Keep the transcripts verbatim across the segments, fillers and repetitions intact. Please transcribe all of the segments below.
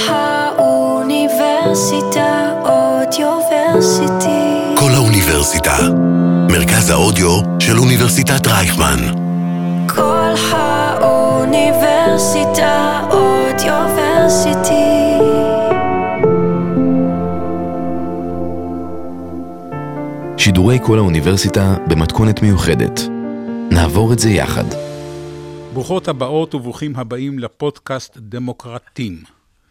האוניברסיטה אודיוורסיטי. כל האוניברסיטה, מרכז האודיו של אוניברסיטת רייכמן. כל האוניברסיטה אודיוורסיטי. שידורי כל האוניברסיטה במתכונת מיוחדת. נעבור את זה יחד. ברוכות הבאות וברוכים הבאים לפודקאסט דמוקרטים.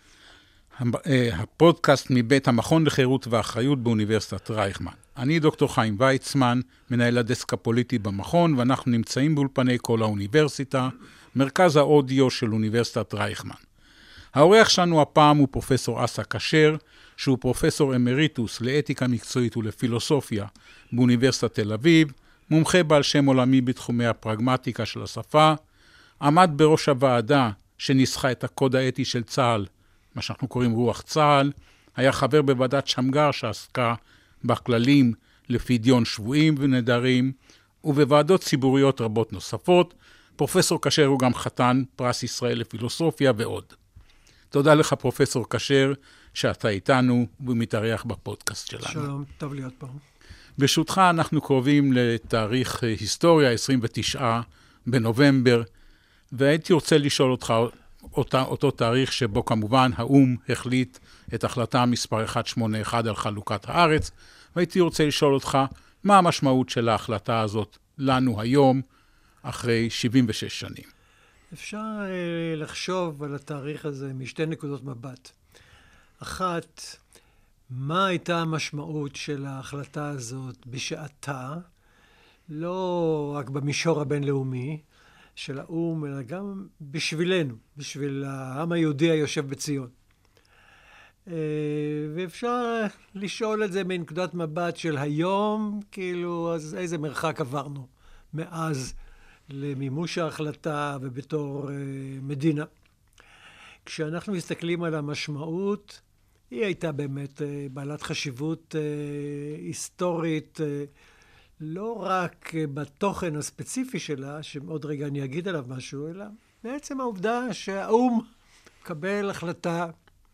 הפודקאסט מבית המכון לחירות ואחריות באוניברסיטת רייכמן. אני דוקטור חיים ויצמן, מנהל הדסק הפוליטי במכון, ואנחנו נמצאים באולפני כל האוניברסיטה, מרכז האודיו של אוניברסיטת רייכמן. האורח שלנו הפעם הוא פרופסור אסא כשר, שהוא פרופסור אמריטוס לאתיקה מקצועית ולפילוסופיה באוניברסיטת תל אביב, מומחה בעל שם עולמי בתחומי הפרגמטיקה של השפה, עמד בראש הוועדה שניסחה את הקוד האתי של צה"ל, מה שאנחנו קוראים רוח צה"ל, היה חבר בוועדת שמגר שעסקה בכללים לפדיון שבויים ונדרים, ובוועדות ציבוריות רבות נוספות. פרופסור כשר הוא גם חתן פרס ישראל לפילוסופיה ועוד. תודה לך פרופסור כשר שאתה איתנו ומתארח בפודקאסט שלנו. שלום, טוב להיות פה. ברשותך אנחנו קרובים לתאריך היסטוריה, עשרים ותשעה בנובמבר, והייתי רוצה לשאול אותך אותה, אותו תאריך שבו כמובן האום החליט את החלטה מספר אחת שמונה אחת על חלוקת הארץ, והייתי רוצה לשאול אותך מה המשמעות של ההחלטה הזאת לנו היום אחרי שבעים ושש שנים. אפשר אה, לחשוב על התאריך הזה משתי נקודות מבט. אחת, מה הייתה המשמעות של ההחלטה הזאת בשעתה, לא רק במישור הבינלאומי של האום, אלא גם בשבילנו, בשביל העם היהודי היושב בציון. ואפשר לשאול את זה מנקודת מבט של היום, כאילו, אז איזה מרחק עברנו מאז למימוש ההחלטה ובתור מדינה. כשאנחנו מסתכלים על המשמעות, היא הייתה באמת בעלת חשיבות היסטורית, לא רק בתוכן הספציפי שלה, שעוד רגע אני אגיד עליו משהו, אלא בעצם העובדה שהאום קבל החלטה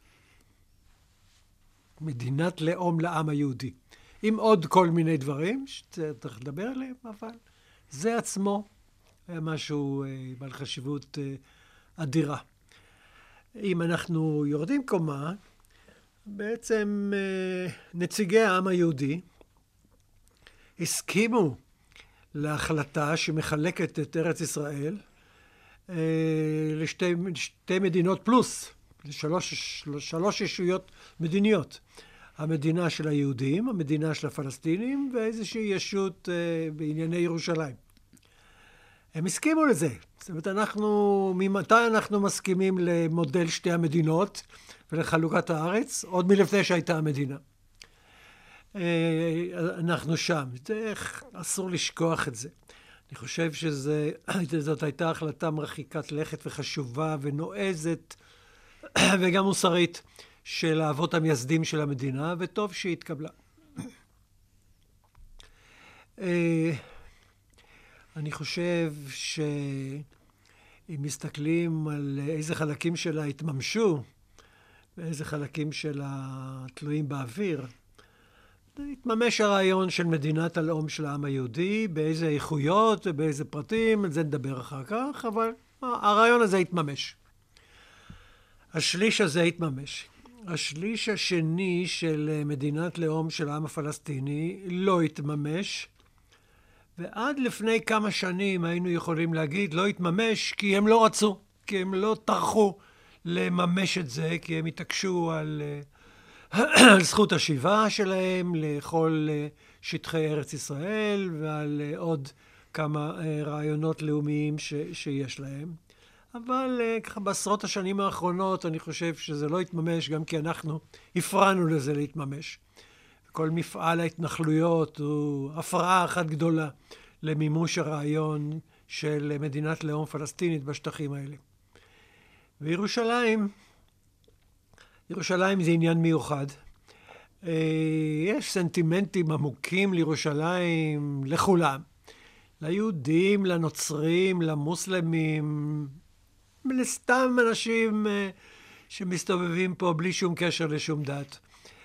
מדינת לאום לעם היהודי. עם עוד כל מיני דברים שצריך לדבר עליהם, אבל זה עצמו היה משהו בעל חשיבות אדירה. אם אנחנו יורדים קומה, בעצם נציגי העם היהודי הסכימו להחלטה שמחלקת את ארץ ישראל לשתי שתי מדינות פלוס, לשלוש שלוש ישויות מדיניות. המדינה של היהודים, המדינה של הפלסטינים ואיזושהי ישות בענייני ירושלים. הם הסכימו לזה. זאת אומרת, אנחנו, ממתי אנחנו מסכימים למודל שתי המדינות ולחלוקת הארץ? עוד מלפני שהייתה המדינה. אנחנו שם. איך אסור לשכוח את זה. אני חושב שזאת הייתה החלטה מרחיקת לכת וחשובה ונועזת וגם מוסרית של האבות המייסדים של המדינה, וטוב שהיא התקבלה. אני חושב שאם מסתכלים על איזה חלקים שלה התממשו, ואיזה חלקים שלה תלויים באוויר, התממש הרעיון של מדינת הלאום של העם היהודי, באיזה איכויות ובאיזה פרטים, על זה נדבר אחר כך, אבל הרעיון הזה התממש. השליש הזה התממש. השליש השני של מדינת לאום של העם הפלסטיני לא התממש, ועד לפני כמה שנים היינו יכולים להגיד לא התממש כי הם לא רצו, כי הם לא טרחו לממש את זה, כי הם התעקשו על, על זכות השיבה שלהם לכל שטחי ארץ ישראל ועל עוד כמה רעיונות לאומיים ש, שיש להם. אבל ככה בעשרות השנים האחרונות אני חושב שזה לא התממש, גם כי אנחנו הפרענו לזה להתממש. כל מפעל ההתנחלויות הוא הפרעה אחת גדולה למימוש הרעיון של מדינת לאום פלסטינית בשטחים האלה. וירושלים, ירושלים זה עניין מיוחד. יש סנטימנטים עמוקים לירושלים, לכולם. ליהודים, לנוצרים, למוסלמים, לסתם אנשים שמסתובבים פה בלי שום קשר לשום דת.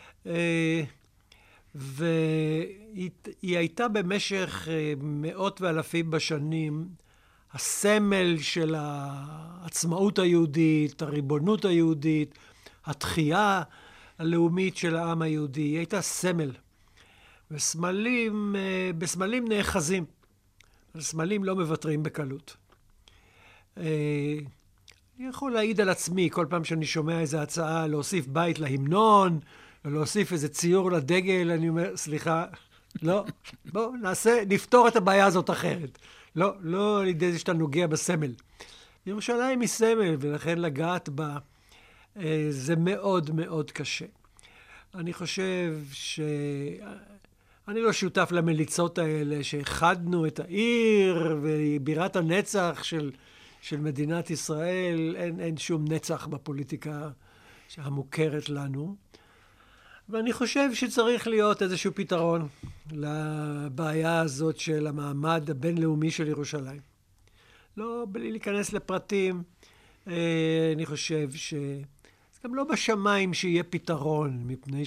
והיא הייתה במשך מאות ואלפים בשנים הסמל של העצמאות היהודית, הריבונות היהודית, התחייה הלאומית של העם היהודי. היא הייתה סמל. וסמלים, בסמלים נאחזים. סמלים לא מוותרים בקלות. אני יכול להעיד על עצמי, כל פעם שאני שומע איזו הצעה להוסיף בית להמנון, או להוסיף איזה ציור לדגל, אני אומר, סליחה, לא, בואו נעשה, נפתור את הבעיה הזאת אחרת. לא, לא על ידי זה שאתה נוגע בסמל. ירושלים היא סמל, ולכן לגעת בה, זה מאוד מאוד קשה. אני חושב ש... אני לא שותף למליצות האלה שהחדנו את העיר ובירת הנצח של, של מדינת ישראל. אין, אין שום נצח בפוליטיקה המוכרת לנו. ואני חושב שצריך להיות איזשהו פתרון לבעיה הזאת של המעמד הבינלאומי של ירושלים. לא בלי להיכנס לפרטים, אני חושב ש... זה גם לא בשמיים שיהיה פתרון, מפני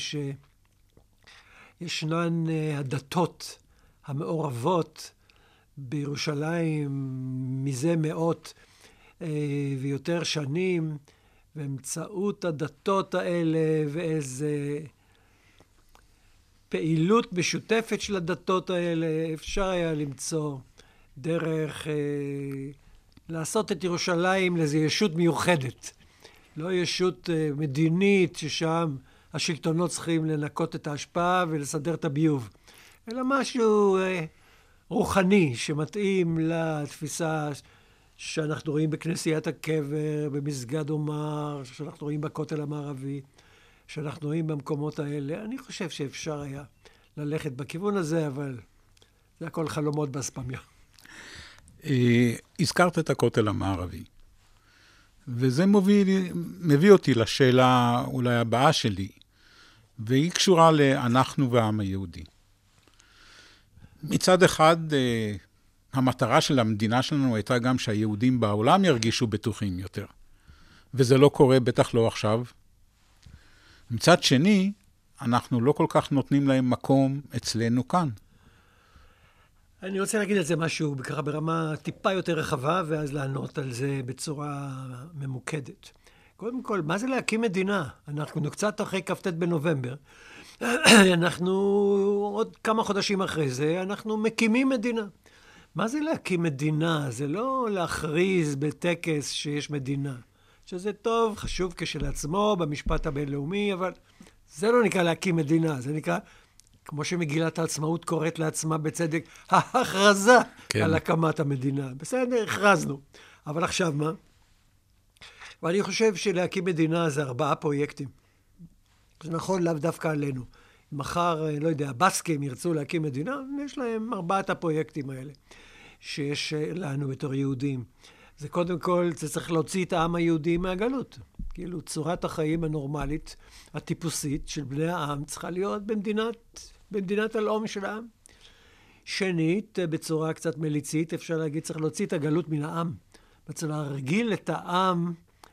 שישנן הדתות המעורבות בירושלים מזה מאות ויותר שנים, באמצעות הדתות האלה ואיזה פעילות משותפת של הדתות האלה, אפשר היה למצוא דרך אה, לעשות את ירושלים לאיזו ישות מיוחדת. לא ישות אה, מדינית ששם השלטונות צריכים לנקות את ההשפעה ולסדר את הביוב, אלא משהו אה, רוחני שמתאים לתפיסה שאנחנו רואים בכנסיית הקבר, במסגד עומר, שאנחנו רואים בכותל המערבי, שאנחנו רואים במקומות האלה. אני חושב שאפשר היה ללכת בכיוון הזה, אבל זה הכל חלומות באספמיה. הזכרת את הכותל המערבי, וזה מביא, מביא אותי לשאלה אולי הבאה שלי, והיא קשורה לאנחנו והעם היהודי. מצד אחד, המטרה של המדינה שלנו הייתה גם שהיהודים בעולם ירגישו בטוחים יותר, וזה לא קורה, בטח לא עכשיו. מצד שני, אנחנו לא כל כך נותנים להם מקום אצלנו כאן. אני רוצה להגיד על זה משהו ככה ברמה טיפה יותר רחבה, ואז לענות על זה בצורה ממוקדת. קודם כל, מה זה להקים מדינה? אנחנו קצת אחרי כ"ט בנובמבר. אנחנו עוד כמה חודשים אחרי זה, אנחנו מקימים מדינה. מה זה להקים מדינה? זה לא להכריז בטקס שיש מדינה. שזה טוב, חשוב כשלעצמו במשפט הבינלאומי, אבל זה לא נקרא להקים מדינה, זה נקרא, כמו שמגילת העצמאות קוראת לעצמה בצדק, ההכרזה כן. על הקמת המדינה. בסדר, הכרזנו. אבל עכשיו מה? ואני חושב שלהקים מדינה זה ארבעה פרויקטים. זה נכון לאו דווקא עלינו. מחר, לא יודע, הבסקים ירצו להקים מדינה, יש להם ארבעת הפרויקטים האלה, שיש לנו בתור יהודים. זה קודם כל, זה צריך להוציא את העם היהודי מהגלות. כאילו, צורת החיים הנורמלית, הטיפוסית של בני העם, צריכה להיות במדינת, במדינת הלאום של העם. שנית, בצורה קצת מליצית, אפשר להגיד, צריך להוציא את הגלות מן העם. בעצם להרגיל את העם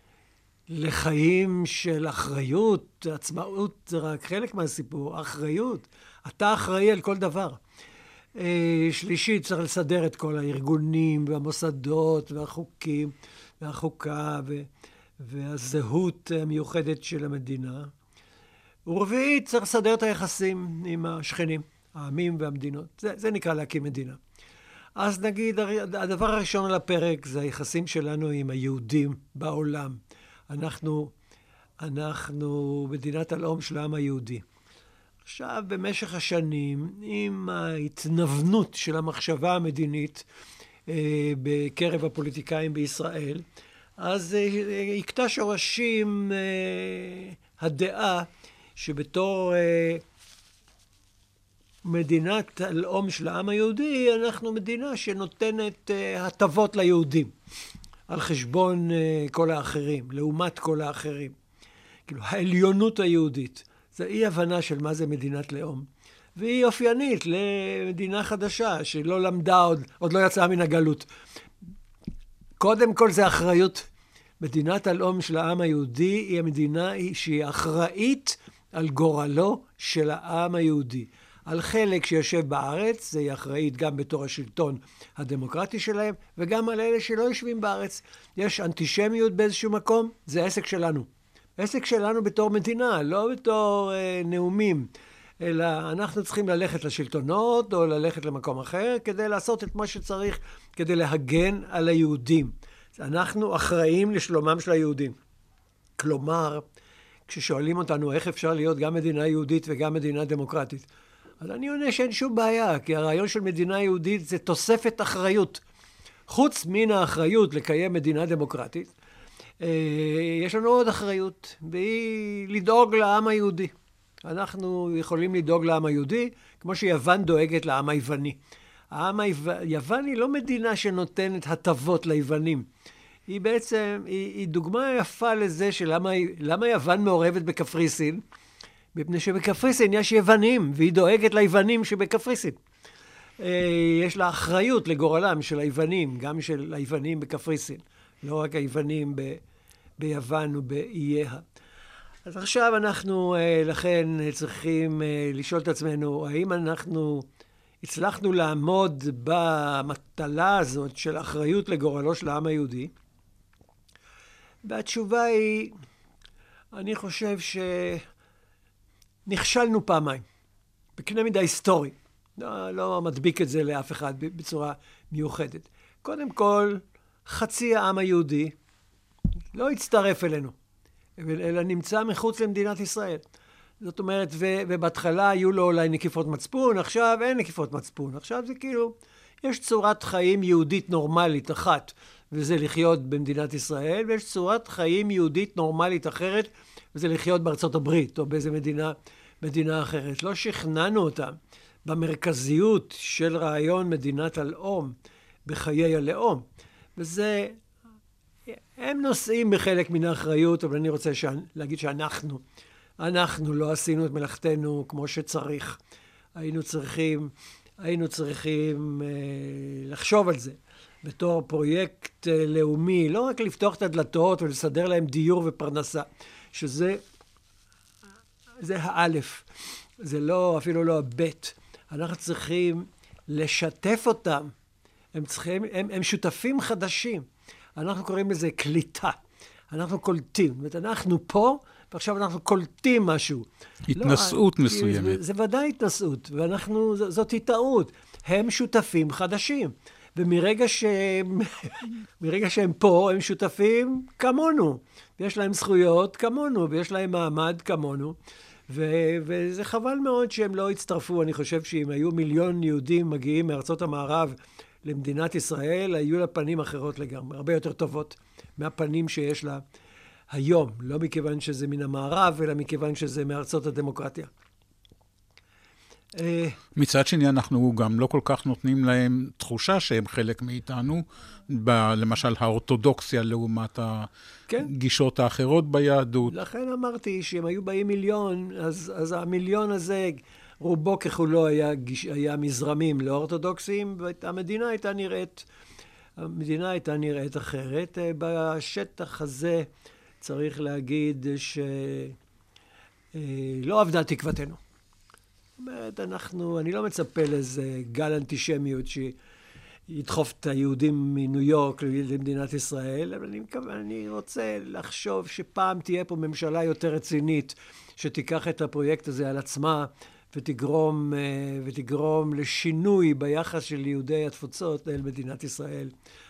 לחיים של אחריות, עצמאות זה רק חלק מהסיפור, אחריות. אתה אחראי על כל דבר. שלישית, צריך לסדר את כל הארגונים והמוסדות והחוקים והחוקה והזהות המיוחדת של המדינה. ורביעית, צריך לסדר את היחסים עם השכנים, העמים והמדינות. זה, זה נקרא להקים מדינה. אז נגיד, הדבר הראשון על הפרק זה היחסים שלנו עם היהודים בעולם. אנחנו, אנחנו מדינת הלאום של העם היהודי. עכשיו, במשך השנים, עם ההתנוונות של המחשבה המדינית אה, בקרב הפוליטיקאים בישראל, אז אה, הקטע שורשים אה, הדעה שבתור אה, מדינת הלאום של העם היהודי, אנחנו מדינה שנותנת אה, הטבות ליהודים, על חשבון אה, כל האחרים, לעומת כל האחרים. כאילו, העליונות היהודית. זה אי הבנה של מה זה מדינת לאום. והיא אופיינית למדינה חדשה, שלא למדה עוד, עוד לא יצאה מן הגלות. קודם כל זה אחריות, מדינת הלאום של העם היהודי היא המדינה שהיא אחראית על גורלו של העם היהודי. על חלק שיושב בארץ, זה היא אחראית גם בתור השלטון הדמוקרטי שלהם, וגם על אלה שלא יושבים בארץ. יש אנטישמיות באיזשהו מקום, זה עסק שלנו. עסק שלנו בתור מדינה, לא בתור אה, נאומים, אלא אנחנו צריכים ללכת לשלטונות או ללכת למקום אחר, כדי לעשות את מה שצריך, כדי להגן על היהודים. אנחנו אחראים לשלומם של היהודים. כלומר, כששואלים אותנו איך אפשר להיות גם מדינה יהודית וגם מדינה דמוקרטית, אז אני עונה שאין שום בעיה, כי הרעיון של מדינה יהודית זה תוספת אחריות. חוץ מן האחריות לקיים מדינה דמוקרטית, יש לנו עוד אחריות, והיא לדאוג לעם היהודי. אנחנו יכולים לדאוג לעם היהודי, כמו שיוון דואגת לעם היווני. העם היוון היא לא מדינה שנותנת הטבות ליוונים. היא בעצם, היא, היא דוגמה יפה לזה שלמה למה יוון מעורבת בקפריסין, מפני שבקפריסין יש יוונים, והיא דואגת ליוונים שבקפריסין. יש לה אחריות לגורלם של היוונים, גם של היוונים בקפריסין, לא רק היוונים ב, ביוון ובאייה. אז עכשיו אנחנו לכן צריכים לשאול את עצמנו, האם אנחנו הצלחנו לעמוד במטלה הזאת של אחריות לגורלו של העם היהודי? והתשובה היא, אני חושב שנכשלנו פעמיים, בקנה מידה היסטורי. לא, לא מדביק את זה לאף אחד בצורה מיוחדת. קודם כל, חצי העם היהודי לא הצטרף אלינו, אלא נמצא מחוץ למדינת ישראל. זאת אומרת, ו- ובהתחלה היו לו אולי נקיפות מצפון, עכשיו אין נקיפות מצפון. עכשיו זה כאילו, יש צורת חיים יהודית נורמלית אחת, וזה לחיות במדינת ישראל, ויש צורת חיים יהודית נורמלית אחרת, וזה לחיות בארצות הברית, או באיזה מדינה, מדינה אחרת. לא שכנענו אותם במרכזיות של רעיון מדינת הלאום, בחיי הלאום. וזה, הם נושאים בחלק מן האחריות, אבל אני רוצה ש... להגיד שאנחנו, אנחנו לא עשינו את מלאכתנו כמו שצריך. היינו צריכים, היינו צריכים אה, לחשוב על זה. בתור פרויקט אה, לאומי, לא רק לפתוח את הדלתות ולסדר להם דיור ופרנסה, שזה זה האלף, זה לא, אפילו לא הבית. אנחנו צריכים לשתף אותם, הם, צריכים, הם, הם שותפים חדשים. אנחנו קוראים לזה קליטה. אנחנו קולטים. זאת אומרת, אנחנו פה, ועכשיו אנחנו קולטים משהו. התנסות לא, מסוימת. זה, זה ודאי התנסות, ואנחנו, זאת טעות. הם שותפים חדשים. ומרגע שהם, מרגע שהם פה, הם שותפים כמונו. ויש להם זכויות כמונו, ויש להם מעמד כמונו. ו- וזה חבל מאוד שהם לא הצטרפו. אני חושב שאם היו מיליון יהודים מגיעים מארצות המערב למדינת ישראל, היו לה פנים אחרות לגמרי, הרבה יותר טובות מהפנים שיש לה היום. לא מכיוון שזה מן המערב, אלא מכיוון שזה מארצות הדמוקרטיה. מצד שני, אנחנו גם לא כל כך נותנים להם תחושה שהם חלק מאיתנו, ב- למשל האורתודוקסיה לעומת הגישות כן. האחרות ביהדות. לכן אמרתי שאם היו באים מיליון, אז, אז המיליון הזה, רובו ככולו היה, היה מזרמים לא אורתודוקסיים, והמדינה הייתה נראית, המדינה הייתה נראית אחרת. בשטח הזה צריך להגיד שלא עבדה תקוותנו. זאת אומרת, אנחנו, אני לא מצפה לאיזה גל אנטישמיות שידחוף את היהודים מניו יורק למדינת ישראל, אבל אני, מקווה, אני רוצה לחשוב שפעם תהיה פה ממשלה יותר רצינית, שתיקח את הפרויקט הזה על עצמה, ותגרום, ותגרום לשינוי ביחס של יהודי התפוצות אל מדינת ישראל.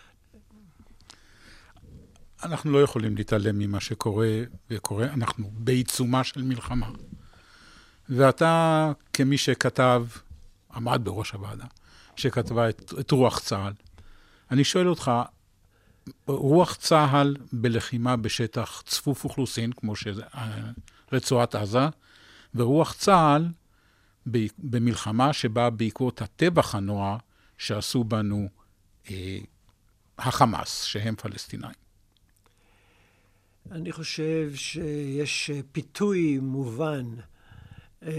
אנחנו לא יכולים להתעלם ממה שקורה, וקורה, אנחנו בעיצומה של מלחמה. ואתה, כמי שכתב, עמד בראש הוועדה, שכתבה את, את רוח צה"ל, אני שואל אותך, רוח צה"ל בלחימה בשטח צפוף אוכלוסין, כמו שזה רצועת עזה, ורוח צה"ל במלחמה שבאה בעקבות הטבח הנורא שעשו בנו אה, החמאס, שהם פלסטינאים. אני חושב שיש פיתוי מובן, אה,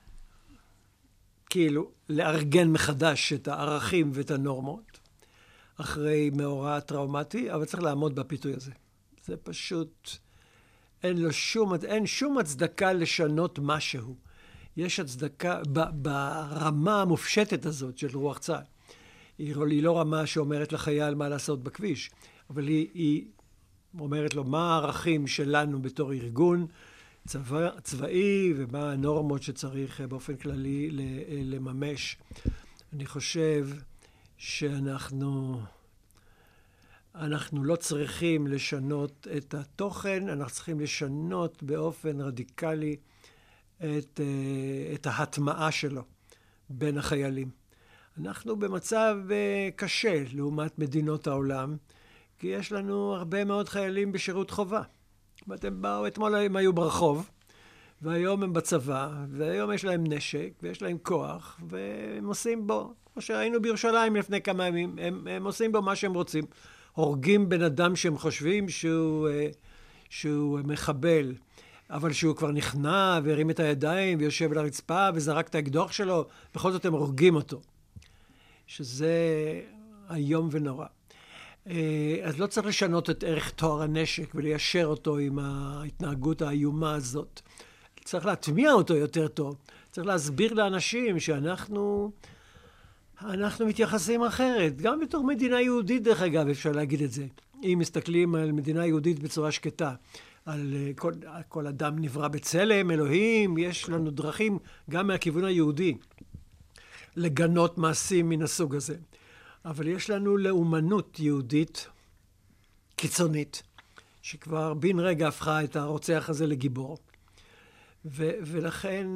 כאילו לארגן מחדש את הערכים ואת הנורמות. אחרי מאורע טראומטי, אבל צריך לעמוד בפיתוי הזה. זה פשוט, אין לו שום, אין שום הצדקה לשנות משהו. יש הצדקה, ב, ברמה המופשטת הזאת של רוח צה"ל. היא, היא לא רמה שאומרת לחייל מה לעשות בכביש, אבל היא, היא אומרת לו מה הערכים שלנו בתור ארגון צבא, צבאי, ומה הנורמות שצריך באופן כללי לממש. אני חושב שאנחנו אנחנו לא צריכים לשנות את התוכן, אנחנו צריכים לשנות באופן רדיקלי את, את ההטמעה שלו בין החיילים. אנחנו במצב קשה לעומת מדינות העולם, כי יש לנו הרבה מאוד חיילים בשירות חובה. ואתם באו, אתמול הם היו ברחוב, והיום הם בצבא, והיום יש להם נשק, ויש להם כוח, והם עושים בו, כמו שהיינו בירושלים לפני כמה ימים, הם, הם עושים בו מה שהם רוצים. הורגים בן אדם שהם חושבים שהוא, שהוא מחבל, אבל שהוא כבר נכנע והרים את הידיים ויושב על הרצפה וזרק את האקדוח שלו, בכל זאת הם הורגים אותו. שזה איום ונורא. אז לא צריך לשנות את ערך תואר הנשק וליישר אותו עם ההתנהגות האיומה הזאת. צריך להטמיע אותו יותר טוב. צריך להסביר לאנשים שאנחנו אנחנו מתייחסים אחרת. גם בתור מדינה יהודית, דרך אגב, אפשר להגיד את זה. אם מסתכלים על מדינה יהודית בצורה שקטה, על כל, כל אדם נברא בצלם, אלוהים, יש לנו דרכים גם מהכיוון היהודי לגנות מעשים מן הסוג הזה. אבל יש לנו לאומנות יהודית קיצונית, שכבר בין רגע הפכה את הרוצח הזה לגיבור. ו- ולכן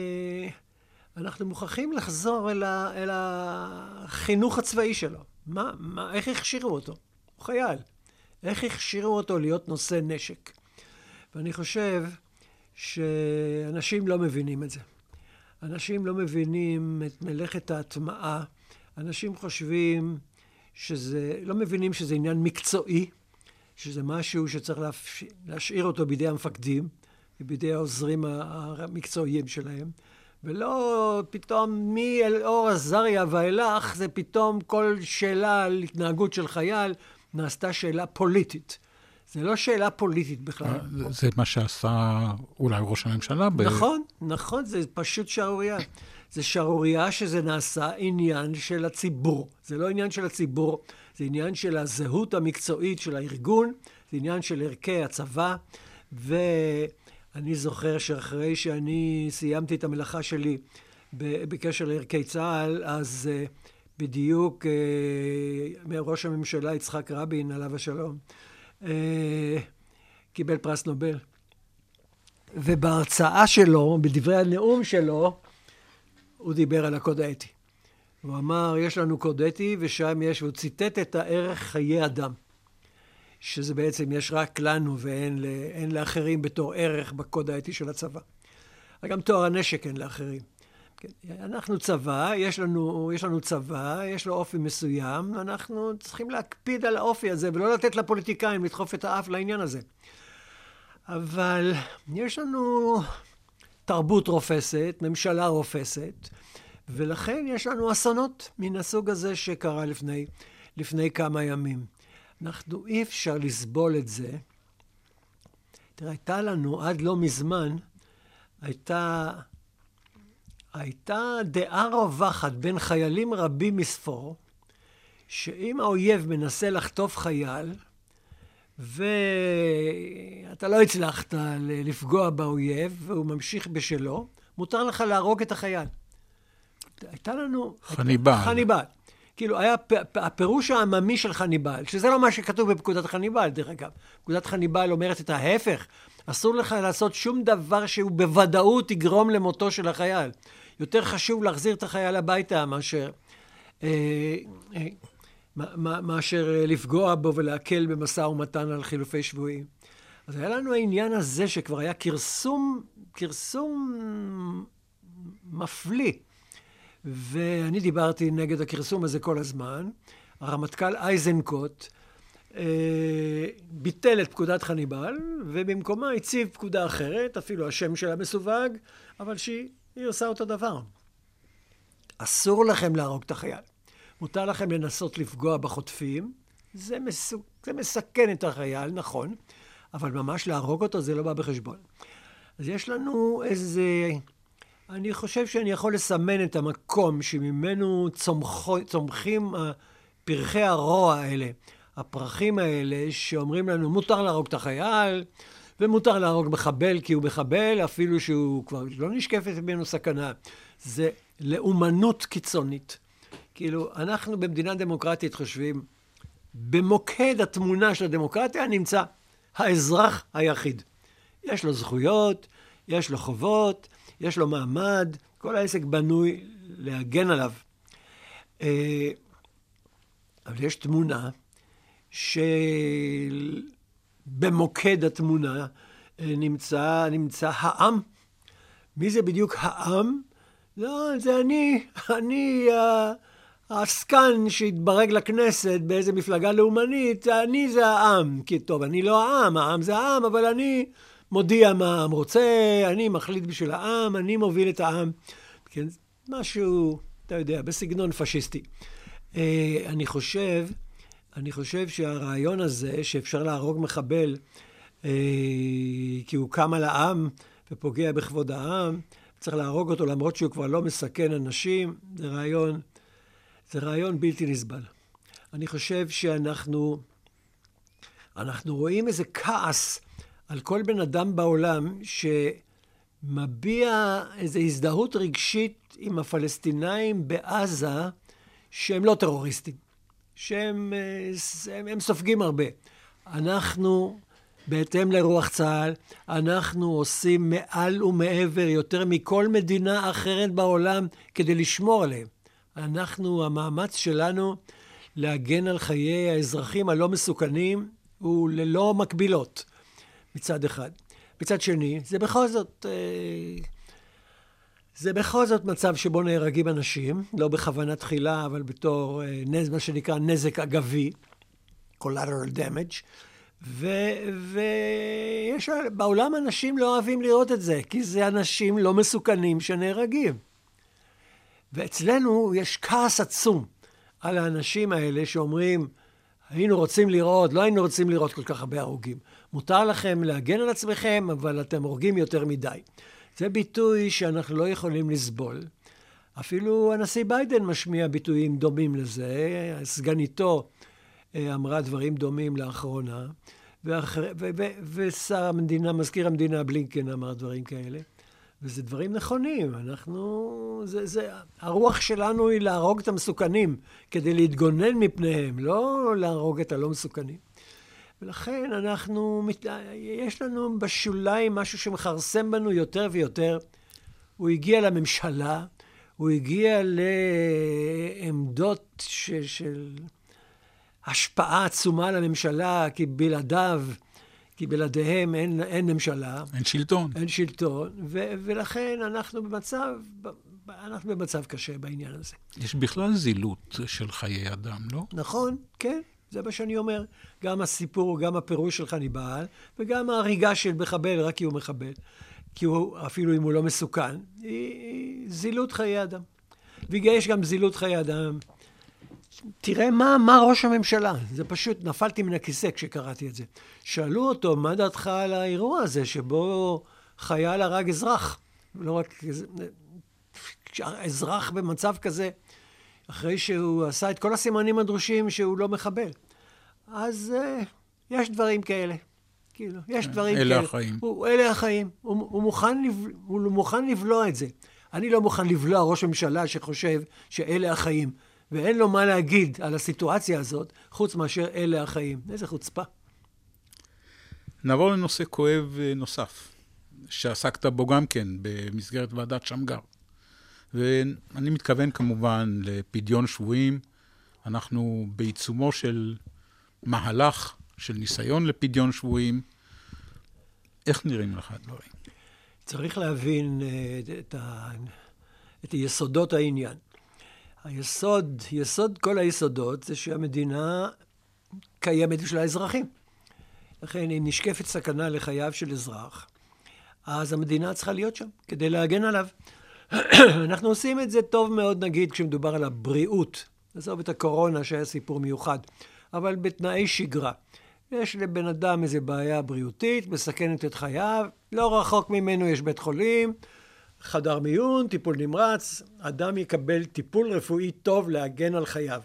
אנחנו מוכרחים לחזור אל, ה- אל החינוך הצבאי שלו. מה, מה, איך הכשירו אותו? הוא חייל. איך הכשירו אותו להיות נושא נשק? ואני חושב שאנשים לא מבינים את זה. אנשים לא מבינים את מלאכת ההטמעה. אנשים חושבים שזה, לא מבינים שזה עניין מקצועי, שזה משהו שצריך להפש... להשאיר אותו בידי המפקדים, ובידי העוזרים המקצועיים שלהם, ולא פתאום מאלאור עזריה ואילך, זה פתאום כל שאלה על התנהגות של חייל, נעשתה שאלה פוליטית. זה לא שאלה פוליטית בכלל. זה מה שעשה אולי ראש הממשלה. ב... נכון, נכון, זה פשוט שערוריה. זה שערוריה שזה נעשה עניין של הציבור. זה לא עניין של הציבור, זה עניין של הזהות המקצועית של הארגון, זה עניין של ערכי הצבא, ואני זוכר שאחרי שאני סיימתי את המלאכה שלי בקשר לערכי צה"ל, אז בדיוק ראש הממשלה יצחק רבין, עליו השלום, קיבל פרס נובל. ובהרצאה שלו, בדברי הנאום שלו, הוא דיבר על הקוד האתי. הוא אמר, יש לנו קוד אתי, ושם יש, והוא ציטט את הערך חיי אדם. שזה בעצם יש רק לנו ואין אין לאחרים בתור ערך בקוד האתי של הצבא. גם תואר הנשק אין לאחרים. כן. אנחנו צבא, יש לנו, יש לנו צבא, יש לו אופי מסוים, אנחנו צריכים להקפיד על האופי הזה, ולא לתת לפוליטיקאים לדחוף את האף לעניין הזה. אבל יש לנו תרבות רופסת, ממשלה רופסת, ולכן יש לנו אסונות מן הסוג הזה שקרה לפני, לפני כמה ימים. אנחנו אי אפשר לסבול את זה. תראה, הייתה לנו עד לא מזמן, הייתה, הייתה דעה רווחת בין חיילים רבים מספור, שאם האויב מנסה לחטוף חייל, ואתה לא הצלחת לפגוע באויב, והוא ממשיך בשלו, מותר לך להרוג את החייל. הייתה לנו... חניבל. חניבל. כאילו, היה הפירוש העממי של חניבל, שזה לא מה שכתוב בפקודת חניבל, דרך אגב. פקודת חניבל אומרת את ההפך. אסור לך לעשות שום דבר שהוא בוודאות יגרום למותו של החייל. יותר חשוב להחזיר את החייל הביתה מאשר... אה, אה, מאשר לפגוע בו ולהקל במשא ומתן על חילופי שבויים. אז היה לנו העניין הזה שכבר היה קרסום, קרסום מפליא. ואני דיברתי נגד הקרסום הזה כל הזמן. הרמטכ"ל אייזנקוט אה, ביטל את פקודת חניבל, ובמקומה הציב פקודה אחרת, אפילו השם שלה מסווג, אבל שהיא עושה אותו דבר. אסור לכם להרוג את החייל. מותר לכם לנסות לפגוע בחוטפים, זה, מסו... זה מסכן את החייל, נכון, אבל ממש להרוג אותו זה לא בא בחשבון. אז יש לנו איזה... אני חושב שאני יכול לסמן את המקום שממנו צומח... צומחים פרחי הרוע האלה, הפרחים האלה שאומרים לנו מותר להרוג את החייל, ומותר להרוג מחבל כי הוא מחבל, אפילו שהוא כבר לא נשקפת ממנו סכנה. זה לאומנות קיצונית. כאילו, אנחנו במדינה דמוקרטית חושבים, במוקד התמונה של הדמוקרטיה נמצא האזרח היחיד. יש לו זכויות, יש לו חובות, יש לו מעמד, כל העסק בנוי להגן עליו. אבל יש תמונה שבמוקד התמונה נמצא, נמצא העם. מי זה בדיוק העם? לא, זה אני, אני העסקן שהתברג לכנסת באיזה מפלגה לאומנית, אני זה העם. כי טוב, אני לא העם, העם זה העם, אבל אני מודיע מה העם רוצה, אני מחליט בשביל העם, אני מוביל את העם. כן, משהו, אתה יודע, בסגנון פשיסטי. אני חושב, אני חושב שהרעיון הזה שאפשר להרוג מחבל כי הוא קם על העם ופוגע בכבוד העם, צריך להרוג אותו למרות שהוא כבר לא מסכן אנשים, זה רעיון, זה רעיון בלתי נסבל. אני חושב שאנחנו, אנחנו רואים איזה כעס על כל בן אדם בעולם שמביע איזו הזדהות רגשית עם הפלסטינאים בעזה, שהם לא טרוריסטים, שהם הם, הם סופגים הרבה. אנחנו, בהתאם לרוח צה"ל, אנחנו עושים מעל ומעבר יותר מכל מדינה אחרת בעולם כדי לשמור עליהם. אנחנו, המאמץ שלנו להגן על חיי האזרחים הלא מסוכנים הוא ללא מקבילות מצד אחד. מצד שני, זה בכל זאת... זה בכל זאת מצב שבו נהרגים אנשים, לא בכוונה תחילה, אבל בתור נז, מה שנקרא נזק אגבי, collateral damage, ויש, בעולם אנשים לא אוהבים לראות את זה, כי זה אנשים לא מסוכנים שנהרגים. ואצלנו יש כעס עצום על האנשים האלה שאומרים, היינו רוצים לראות, לא היינו רוצים לראות כל כך הרבה הרוגים. מותר לכם להגן על עצמכם, אבל אתם הורגים יותר מדי. זה ביטוי שאנחנו לא יכולים לסבול. אפילו הנשיא ביידן משמיע ביטויים דומים לזה. סגניתו אמרה דברים דומים לאחרונה, ואחר, ו, ו, ושר המדינה, מזכיר המדינה בלינקן אמר דברים כאלה. וזה דברים נכונים. אנחנו, זה, זה, הרוח שלנו היא להרוג את המסוכנים, כדי להתגונן מפניהם, לא להרוג את הלא מסוכנים. ולכן אנחנו, יש לנו בשוליים משהו שמחרסם בנו יותר ויותר. הוא הגיע לממשלה, הוא הגיע לעמדות ש, של השפעה עצומה לממשלה, כי בלעדיו, כי בלעדיהם אין, אין ממשלה. אין שלטון. אין שלטון, ו, ולכן אנחנו במצב, אנחנו במצב קשה בעניין הזה. יש בכלל זילות של חיי אדם, לא? נכון, כן. זה מה שאני אומר. גם הסיפור, גם הפירוש של חניבעל, וגם ההריגה של מחבל, רק כי הוא מחבל. כי הוא, אפילו אם הוא לא מסוכן, היא זילות חיי אדם. ויש גם זילות חיי אדם. תראה מה, מה ראש הממשלה. זה פשוט, נפלתי מן הכיסא כשקראתי את זה. שאלו אותו, מה דעתך על האירוע הזה, שבו חייל הרג אזרח? לא רק אזרח במצב כזה, אחרי שהוא עשה את כל הסימנים הדרושים שהוא לא מחבל. אז uh, יש דברים כאלה. כאילו, יש דברים אלה כאלה. החיים. הוא, אלה החיים. הוא, הוא, מוכן לב, הוא מוכן לבלוע את זה. אני לא מוכן לבלוע ראש ממשלה שחושב שאלה החיים. ואין לו מה להגיד על הסיטואציה הזאת, חוץ מאשר אלה החיים. איזה חוצפה. נעבור לנושא כואב נוסף, שעסקת בו גם כן במסגרת ועדת שמגר. ואני מתכוון כמובן לפדיון שבויים. אנחנו בעיצומו של מהלך של ניסיון לפדיון שבויים. איך נראים לך הדברים? צריך להבין את, ה... את יסודות העניין. היסוד, יסוד כל היסודות זה שהמדינה קיימת בשביל האזרחים. לכן אם נשקפת סכנה לחייו של אזרח, אז המדינה צריכה להיות שם כדי להגן עליו. אנחנו עושים את זה טוב מאוד, נגיד, כשמדובר על הבריאות עזוב את הקורונה שהיה סיפור מיוחד, אבל בתנאי שגרה. יש לבן אדם איזו בעיה בריאותית, מסכנת את חייו, לא רחוק ממנו יש בית חולים, חדר מיון, טיפול נמרץ, אדם יקבל טיפול רפואי טוב להגן על חייו.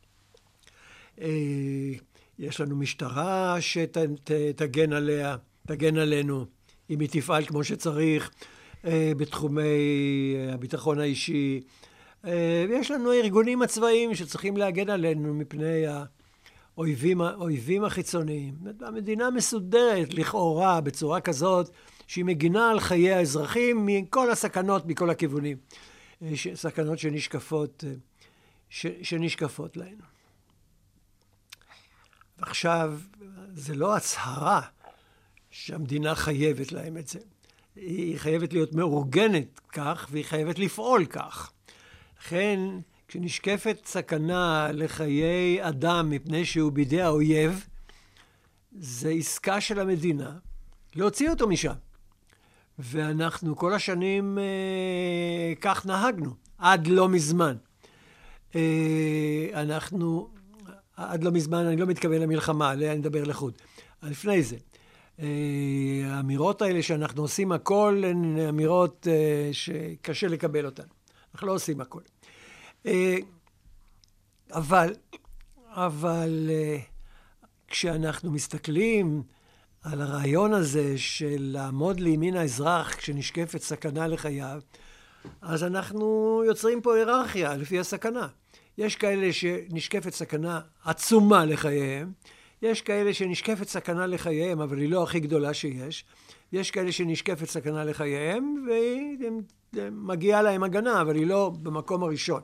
יש לנו משטרה שתגן עליה, תגן עלינו, אם היא תפעל כמו שצריך, בתחומי הביטחון האישי. יש לנו ארגונים הצבאיים שצריכים להגן עלינו מפני האויבים, האויבים החיצוניים. המדינה מסודרת לכאורה בצורה כזאת שהיא מגינה על חיי האזרחים מכל הסכנות, מכל הכיוונים. סכנות שנשקפות, ש, שנשקפות להן. ועכשיו, זה לא הצהרה שהמדינה חייבת להם את זה. היא חייבת להיות מאורגנת כך, והיא חייבת לפעול כך. לכן, כשנשקפת סכנה לחיי אדם מפני שהוא בידי האויב, זה עסקה של המדינה להוציא אותו משם. ואנחנו כל השנים אה, כך נהגנו, עד לא מזמן. אה, אנחנו, עד לא מזמן, אני לא מתכוון למלחמה, עליה אני מדבר לחוד. לפני זה, אה, האמירות האלה שאנחנו עושים הכל, הן אמירות אה, שקשה לקבל אותן. אנחנו לא עושים הכל. אה, אבל, אבל אה, כשאנחנו מסתכלים על הרעיון הזה של לעמוד לימין האזרח כשנשקפת סכנה לחייו, אז אנחנו יוצרים פה היררכיה לפי הסכנה. יש כאלה שנשקפת סכנה עצומה לחייהם, יש כאלה שנשקפת סכנה לחייהם, אבל היא לא הכי גדולה שיש, יש כאלה שנשקפת סכנה לחייהם, ומגיעה להם הגנה, אבל היא לא במקום הראשון.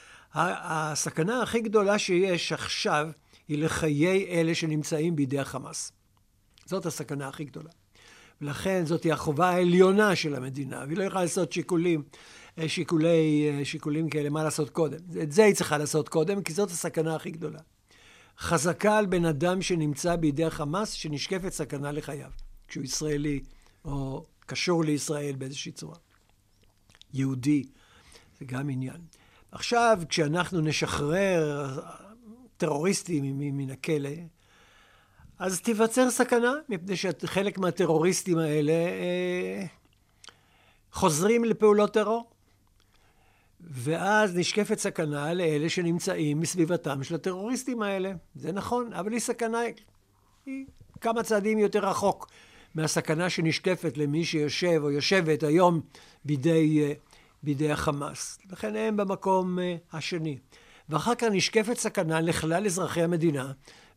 הסכנה הכי גדולה שיש עכשיו, היא לחיי אלה שנמצאים בידי החמאס. זאת הסכנה הכי גדולה. ולכן זאת היא החובה העליונה של המדינה, והיא לא יכולה לעשות שיקולים, שיקולי, שיקולים כאלה, מה לעשות קודם. את זה היא צריכה לעשות קודם, כי זאת הסכנה הכי גדולה. חזקה על בן אדם שנמצא בידי החמאס, שנשקפת סכנה לחייו, כשהוא ישראלי, או קשור לישראל באיזושהי צורה. יהודי, זה גם עניין. עכשיו, כשאנחנו נשחרר טרוריסטים מן הכלא, אז תיווצר סכנה, מפני שחלק מהטרוריסטים האלה אה, חוזרים לפעולות טרור. ואז נשקפת סכנה לאלה שנמצאים מסביבתם של הטרוריסטים האלה. זה נכון, אבל היא סכנה, היא כמה צעדים יותר רחוק מהסכנה שנשקפת למי שיושב או יושבת היום בידי, בידי החמאס. לכן הם במקום השני. ואחר כך נשקפת סכנה לכלל אזרחי המדינה,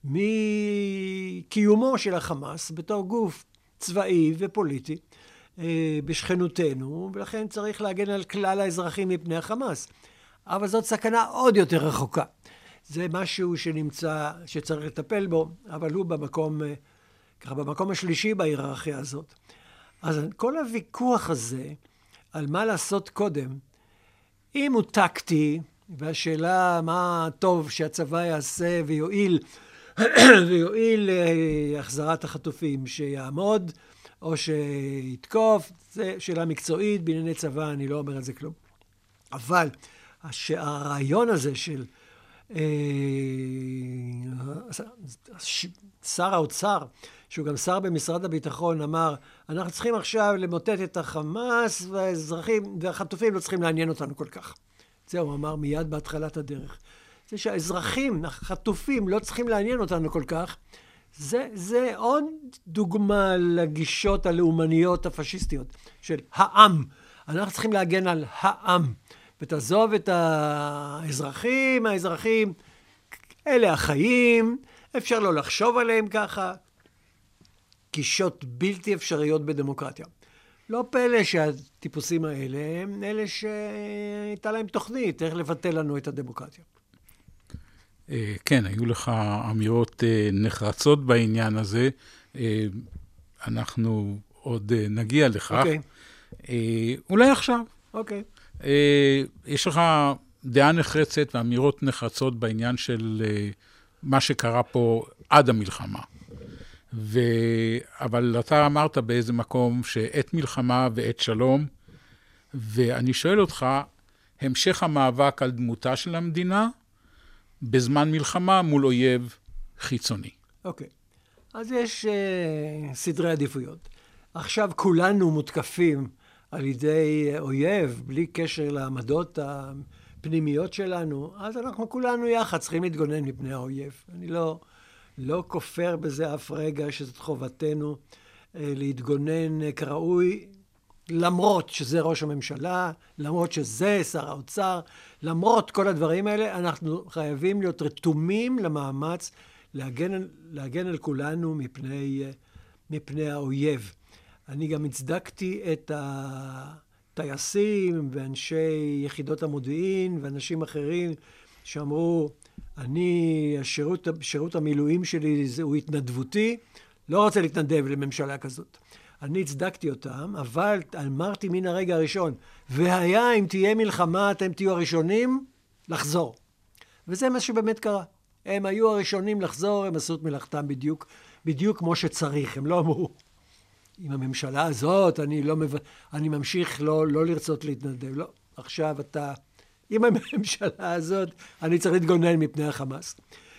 מקיומו של החמאס בתור גוף צבאי ופוליטי בשכנותנו, ולכן צריך להגן על כלל האזרחים מפני החמאס. אבל זאת סכנה עוד יותר רחוקה. זה משהו שנמצא, שצריך לטפל בו, אבל הוא במקום, ככה, במקום השלישי בהיררכיה הזאת. אז כל הוויכוח הזה על מה לעשות קודם, אם הוא טקטי, והשאלה מה טוב שהצבא יעשה ויועיל, ויועיל החזרת החטופים, שיעמוד או שיתקוף, זה שאלה מקצועית, בענייני צבא אני לא אומר על זה כלום. אבל הרעיון הזה של אה, שר האוצר, שהוא גם שר במשרד הביטחון, אמר, אנחנו צריכים עכשיו למוטט את החמאס, והאזרחים והחטופים לא צריכים לעניין אותנו כל כך. זה הוא אמר מיד בהתחלת הדרך. זה שהאזרחים, החטופים, לא צריכים לעניין אותנו כל כך, זה, זה עוד דוגמה לגישות הלאומניות הפשיסטיות של העם. אנחנו צריכים להגן על העם. ותעזוב את האזרחים, האזרחים, אלה החיים, אפשר לא לחשוב עליהם ככה. גישות בלתי אפשריות בדמוקרטיה. לא פלא שהטיפוסים האלה הם אלה שהייתה להם תוכנית, איך לבטל לנו את הדמוקרטיה. כן, היו לך אמירות נחרצות בעניין הזה. אנחנו עוד נגיע לכך. אוקיי. אולי עכשיו. אוקיי. יש לך דעה נחרצת ואמירות נחרצות בעניין של מה שקרה פה עד המלחמה. ו... אבל אתה אמרת באיזה מקום שעת מלחמה ועת שלום, ואני שואל אותך, המשך המאבק על דמותה של המדינה, בזמן מלחמה מול אויב חיצוני. אוקיי. אז יש uh, סדרי עדיפויות. עכשיו כולנו מותקפים על ידי אויב, בלי קשר לעמדות הפנימיות שלנו, אז אנחנו כולנו יחד צריכים להתגונן מפני האויב. אני לא, לא כופר בזה אף רגע שזאת חובתנו uh, להתגונן uh, כראוי, למרות שזה ראש הממשלה, למרות שזה שר האוצר, למרות כל הדברים האלה, אנחנו חייבים להיות רתומים למאמץ להגן, להגן על כולנו מפני, מפני האויב. אני גם הצדקתי את הטייסים ואנשי יחידות המודיעין ואנשים אחרים שאמרו, אני, השירות, שירות המילואים שלי הוא התנדבותי, לא רוצה להתנדב לממשלה כזאת. אני הצדקתי אותם, אבל אמרתי מן הרגע הראשון, והיה אם תהיה מלחמה, אתם תהיו הראשונים לחזור. וזה מה שבאמת קרה. הם היו הראשונים לחזור, הם עשו את מלאכתם בדיוק, בדיוק כמו שצריך. הם לא אמרו, עם הממשלה הזאת, אני, לא מב... אני ממשיך לא, לא לרצות להתנדב. לא, עכשיו אתה, עם הממשלה הזאת, אני צריך להתגונן מפני החמאס.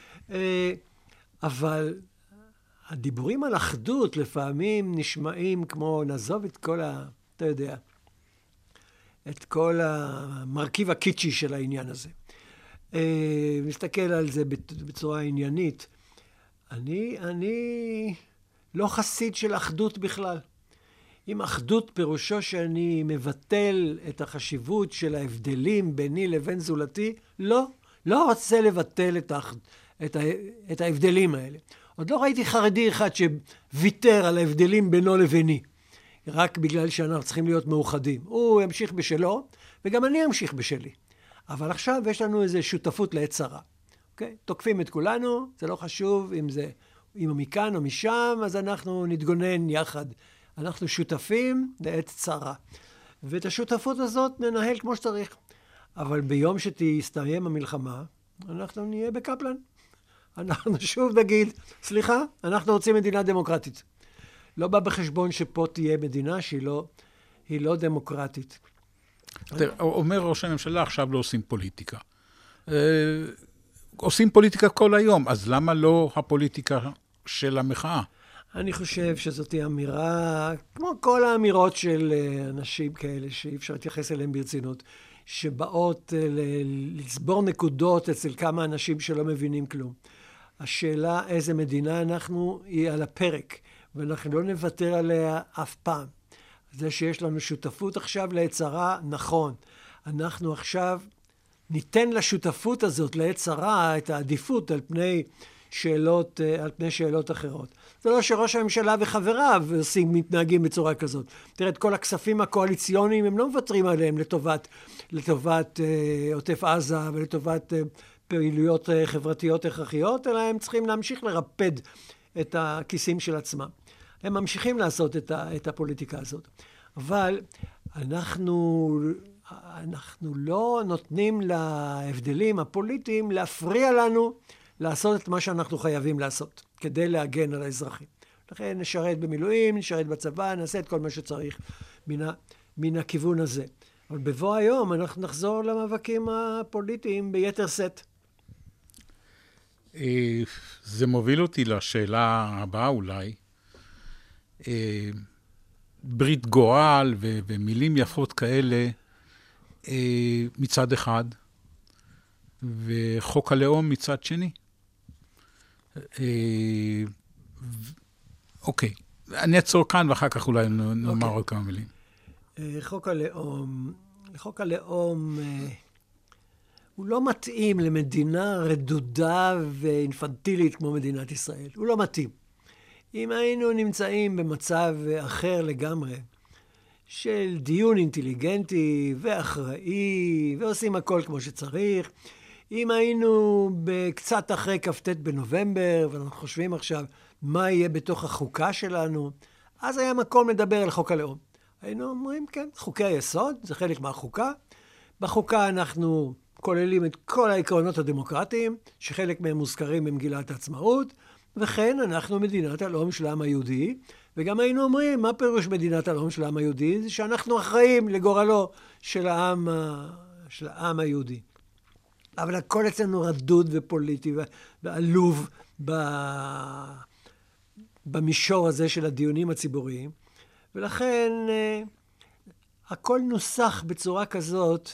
אבל הדיבורים על אחדות לפעמים נשמעים כמו, נעזוב את כל ה... אתה יודע, את כל המרכיב הקיצ'י של העניין הזה. מסתכל על זה בצורה עניינית. אני, אני לא חסיד של אחדות בכלל. אם אחדות פירושו שאני מבטל את החשיבות של ההבדלים ביני לבין זולתי, לא, לא רוצה לבטל את, האח, את, ה, את ההבדלים האלה. עוד לא ראיתי חרדי אחד שוויתר על ההבדלים בינו לביני, רק בגלל שאנחנו צריכים להיות מאוחדים. הוא ימשיך בשלו, וגם אני אמשיך בשלי. אבל עכשיו יש לנו איזו שותפות לעת צרה. אוקיי? תוקפים את כולנו, זה לא חשוב אם זה, אם הוא מכאן או משם, אז אנחנו נתגונן יחד. אנחנו שותפים לעת צרה. ואת השותפות הזאת ננהל כמו שצריך. אבל ביום שתסתיים המלחמה, אנחנו נהיה בקפלן. אנחנו שוב נגיד, סליחה, אנחנו רוצים מדינה דמוקרטית. לא בא בחשבון שפה תהיה מדינה שהיא לא, היא לא דמוקרטית. אומר ראש הממשלה, עכשיו לא עושים פוליטיקה. עושים פוליטיקה כל היום, אז למה לא הפוליטיקה של המחאה? אני חושב שזאת אמירה, כמו כל האמירות של אנשים כאלה, שאי אפשר להתייחס אליהם ברצינות, שבאות לצבור נקודות אצל כמה אנשים שלא מבינים כלום. השאלה איזה מדינה אנחנו היא על הפרק, ואנחנו לא נוותר עליה אף פעם. זה שיש לנו שותפות עכשיו לעת צרה, נכון. אנחנו עכשיו ניתן לשותפות הזאת לעת צרה את העדיפות על פני שאלות, על פני שאלות אחרות. זה לא שראש הממשלה וחבריו עושים, מתנהגים בצורה כזאת. תראה, את כל הכספים הקואליציוניים הם לא מוותרים עליהם לטובת, לטובת אה, עוטף עזה ולטובת אה, פעילויות אה, חברתיות הכרחיות, אלא הם צריכים להמשיך לרפד את הכיסים של עצמם. הם ממשיכים לעשות את, ה, את הפוליטיקה הזאת. אבל אנחנו, אנחנו לא נותנים להבדלים הפוליטיים להפריע לנו לעשות את מה שאנחנו חייבים לעשות, כדי להגן על האזרחים. לכן נשרת במילואים, נשרת בצבא, נעשה את כל מה שצריך מן, ה, מן הכיוון הזה. אבל בבוא היום אנחנו נחזור למאבקים הפוליטיים ביתר סט. זה מוביל אותי לשאלה הבאה אולי. ברית גורל ו- ומילים יפות כאלה מצד אחד, וחוק הלאום מצד שני. אוקיי, אני אעצור כאן ואחר כך אולי נאמר עוד כמה מילים. חוק הלאום, חוק הלאום הוא לא מתאים למדינה רדודה ואינפנטילית כמו מדינת ישראל. הוא לא מתאים. אם היינו נמצאים במצב אחר לגמרי, של דיון אינטליגנטי ואחראי, ועושים הכל כמו שצריך, אם היינו בקצת אחרי כ"ט בנובמבר, ואנחנו חושבים עכשיו מה יהיה בתוך החוקה שלנו, אז היה מקום לדבר על חוק הלאום. היינו אומרים, כן, חוקי היסוד, זה חלק מהחוקה. בחוקה אנחנו כוללים את כל העקרונות הדמוקרטיים, שחלק מהם מוזכרים במגילת העצמאות, וכן אנחנו מדינת הלאום של העם היהודי, וגם היינו אומרים, מה פירוש מדינת הלאום של העם היהודי? זה שאנחנו אחראים לגורלו של העם, של העם היהודי. אבל הכל אצלנו רדוד ופוליטי ועלוב במישור הזה של הדיונים הציבוריים, ולכן הכל נוסח בצורה כזאת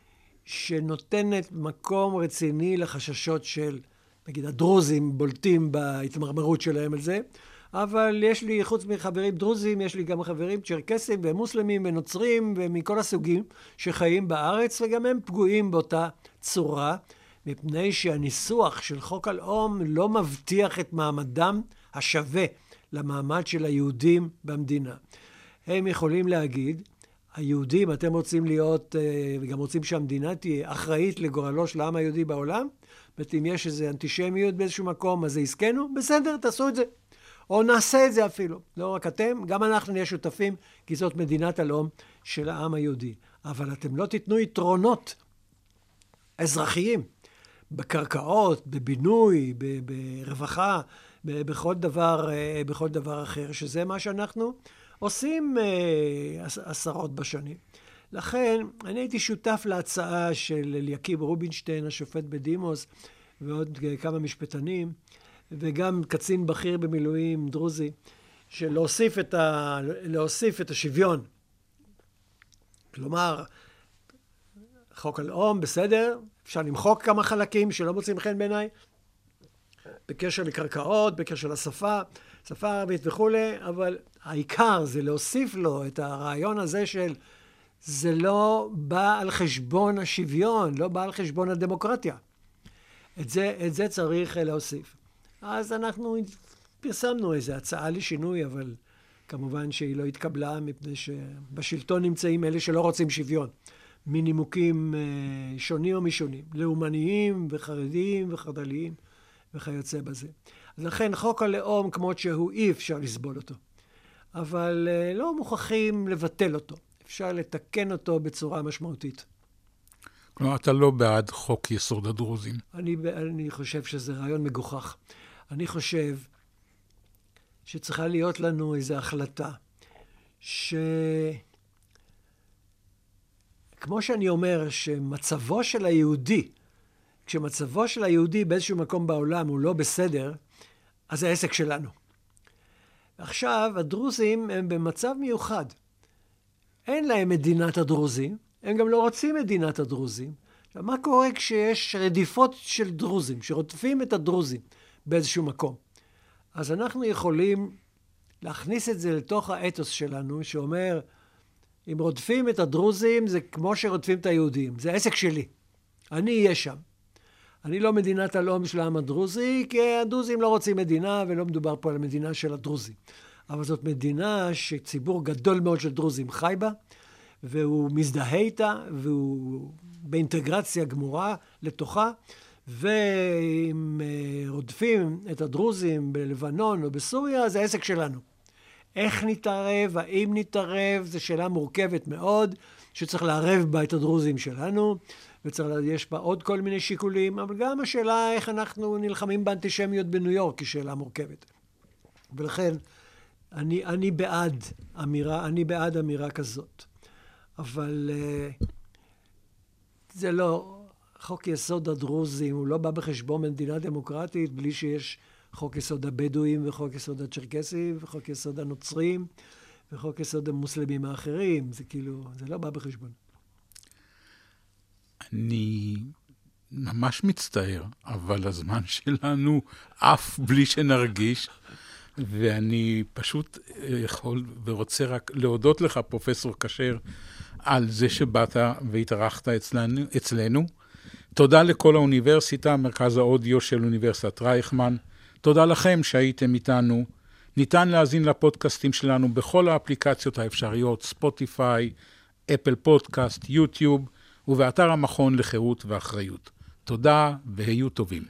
שנותנת מקום רציני לחששות של, נגיד, הדרוזים בולטים בהתמרמרות שלהם על זה, אבל יש לי, חוץ מחברים דרוזים, יש לי גם חברים צ'רקסים ומוסלמים ונוצרים ומכל הסוגים שחיים בארץ, וגם הם פגועים באותה צורה, מפני שהניסוח של חוק הלאום לא מבטיח את מעמדם השווה למעמד של היהודים במדינה. הם יכולים להגיד, היהודים, אתם רוצים להיות, וגם רוצים שהמדינה תהיה אחראית לגורלו של העם היהודי בעולם, ואם יש איזו אנטישמיות באיזשהו מקום, אז זה עסקנו, בסדר, תעשו את זה. או נעשה את זה אפילו. לא רק אתם, גם אנחנו נהיה שותפים, כי זאת מדינת הלאום של העם היהודי. אבל אתם לא תיתנו יתרונות אזרחיים, בקרקעות, בבינוי, ברווחה, בכל דבר, בכל דבר אחר, שזה מה שאנחנו עושים עשרות בשנים. לכן, אני הייתי שותף להצעה של אליקים רובינשטיין, השופט בדימוס, ועוד כמה משפטנים, וגם קצין בכיר במילואים דרוזי, של להוסיף את, ה... להוסיף את השוויון. כלומר, חוק הלאום, בסדר, אפשר למחוק כמה חלקים שלא מוצאים חן בעיניי, בקשר לקרקעות, בקשר לשפה, שפה ערבית וכו', אבל העיקר זה להוסיף לו את הרעיון הזה של זה לא בא על חשבון השוויון, לא בא על חשבון הדמוקרטיה. את זה, את זה צריך להוסיף. אז אנחנו פרסמנו איזו הצעה לשינוי, אבל כמובן שהיא לא התקבלה, מפני שבשלטון נמצאים אלה שלא רוצים שוויון. מנימוקים שונים או משונים, לאומניים וחרדיים וחרד"ליים וכיוצא בזה. אז לכן חוק הלאום כמות שהוא אי אפשר לסבול אותו. אבל לא מוכרחים לבטל אותו. אפשר לתקן אותו בצורה משמעותית. כלומר, אתה לא בעד חוק יסוד הדרוזים. אני, אני חושב שזה רעיון מגוחך. אני חושב שצריכה להיות לנו איזו החלטה, ש... כמו שאני אומר, שמצבו של היהודי, כשמצבו של היהודי באיזשהו מקום בעולם הוא לא בסדר, אז זה העסק שלנו. עכשיו, הדרוזים הם במצב מיוחד. אין להם מדינת הדרוזים, הם גם לא רוצים מדינת הדרוזים. עכשיו, מה קורה כשיש רדיפות של דרוזים, שרודפים את הדרוזים באיזשהו מקום? אז אנחנו יכולים להכניס את זה לתוך האתוס שלנו, שאומר, אם רודפים את הדרוזים, זה כמו שרודפים את היהודים. זה עסק שלי. אני אהיה שם. אני לא מדינת הלאום של העם הדרוזי, כי הדרוזים לא רוצים מדינה, ולא מדובר פה על המדינה של הדרוזים. אבל זאת מדינה שציבור גדול מאוד של דרוזים חי בה, והוא מזדהה איתה, והוא באינטגרציה גמורה לתוכה, ואם רודפים את הדרוזים בלבנון או בסוריה, זה עסק שלנו. איך נתערב, האם נתערב, זו שאלה מורכבת מאוד, שצריך לערב בה את הדרוזים שלנו, ויש בה עוד כל מיני שיקולים, אבל גם השאלה איך אנחנו נלחמים באנטישמיות בניו יורק, היא שאלה מורכבת. ולכן, אני, אני בעד אמירה, אני בעד אמירה כזאת. אבל uh, זה לא, חוק יסוד הדרוזים, הוא לא בא בחשבון במדינה דמוקרטית, בלי שיש חוק יסוד הבדואים וחוק יסוד הצ'רקסים וחוק יסוד הנוצרים וחוק יסוד המוסלמים האחרים. זה כאילו, זה לא בא בחשבון. אני ממש מצטער, אבל הזמן שלנו אף בלי שנרגיש, ואני פשוט יכול ורוצה רק להודות לך, פרופסור כשר, על זה שבאת והתארחת אצלנו, אצלנו. תודה לכל האוניברסיטה, מרכז האודיו של אוניברסיטת רייכמן. תודה לכם שהייתם איתנו. ניתן להאזין לפודקאסטים שלנו בכל האפליקציות האפשריות, ספוטיפיי, אפל פודקאסט, יוטיוב, ובאתר המכון לחירות ואחריות. תודה והיו טובים.